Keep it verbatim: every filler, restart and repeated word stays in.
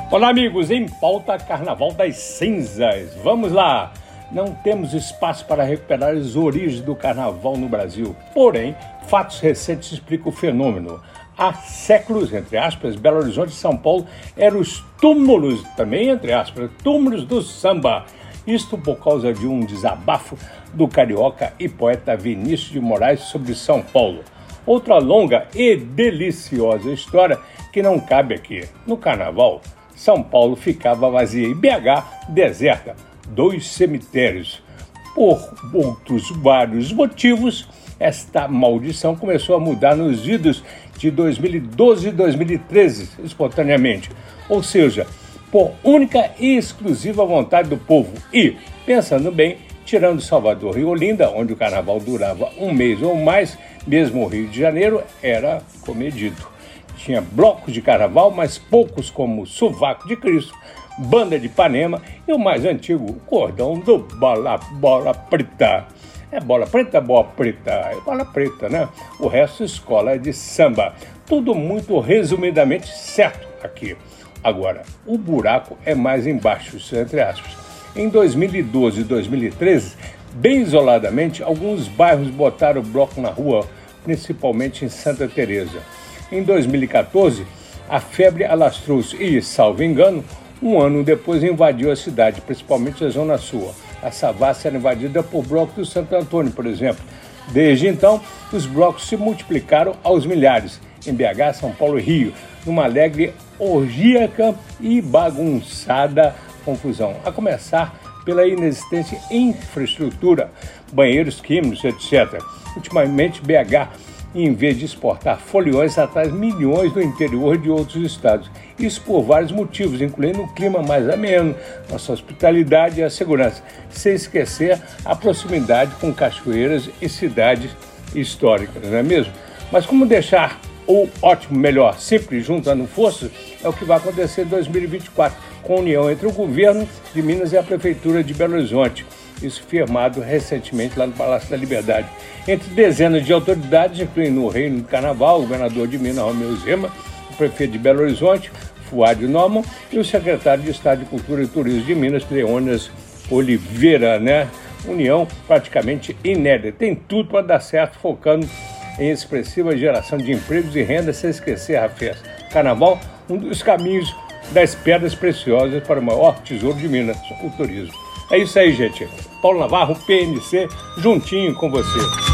Olá, amigos, em pauta Carnaval das Cinzas. Vamos lá! Não temos espaço para recuperar as origens do Carnaval no Brasil. Porém, fatos recentes explicam o fenômeno. Há séculos, entre aspas, Belo Horizonte e São Paulo eram os túmulos, também entre aspas, túmulos do samba. Isto por causa de um desabafo do carioca e poeta Vinícius de Moraes sobre São Paulo. Outra longa e deliciosa história que não cabe aqui. No Carnaval, São Paulo ficava vazia e B H deserta. Dois cemitérios. Por outros vários motivos, esta maldição começou a mudar nos idos de dois mil e doze e dois mil e treze, espontaneamente. Ou seja, por única e exclusiva vontade do povo. E, pensando bem, tirando Salvador e Olinda, onde o carnaval durava um mês ou mais, mesmo o Rio de Janeiro era comedido. Tinha blocos de carnaval, mas poucos como Sovaco de Cristo, Banda de Ipanema e o mais antigo, o cordão do Bola, bola Preta. É bola preta, bola preta, é bola preta, né? O resto, escola de samba. Tudo muito resumidamente certo aqui. Agora, o buraco é mais embaixo, entre aspas. Em dois mil e doze e dois mil e treze, bem isoladamente, alguns bairros botaram o bloco na rua, principalmente em Santa Teresa. Em dois mil e quatorze, a febre alastrou-se e, salvo engano, um ano depois invadiu a cidade, principalmente a Zona Sul. A Savassi era invadida por blocos do Santo Antônio, por exemplo. Desde então, os blocos se multiplicaram aos milhares, em B H, São Paulo e Rio, numa alegre, orgíaca e bagunçada confusão, a começar pela inexistente infraestrutura, banheiros químicos, etcétera. Ultimamente, B H, em vez de exportar foliões, atrai milhões do interior de outros estados. Isso por vários motivos, incluindo o clima mais ameno, nossa hospitalidade e a segurança, sem esquecer a proximidade com cachoeiras e cidades históricas, não é mesmo? Mas como deixar o ótimo melhor sempre juntando forças é o que vai acontecer em dois mil e vinte e quatro, com a união entre o governo de Minas e a Prefeitura de Belo Horizonte. Isso firmado recentemente lá no Palácio da Liberdade. Entre dezenas de autoridades, incluindo o Reino do Carnaval, o governador de Minas, Romeu Zema, o prefeito de Belo Horizonte, Fuad Norman, e o secretário de Estado de Cultura e Turismo de Minas, Leônidas Oliveira, né? União praticamente inédita. Tem tudo para dar certo, focando em expressiva geração de empregos e renda, sem esquecer a festa. Carnaval, um dos caminhos das pedras preciosas para o maior tesouro de Minas, o turismo. É isso aí, gente. Paulo Navarro, P N C, juntinho com você.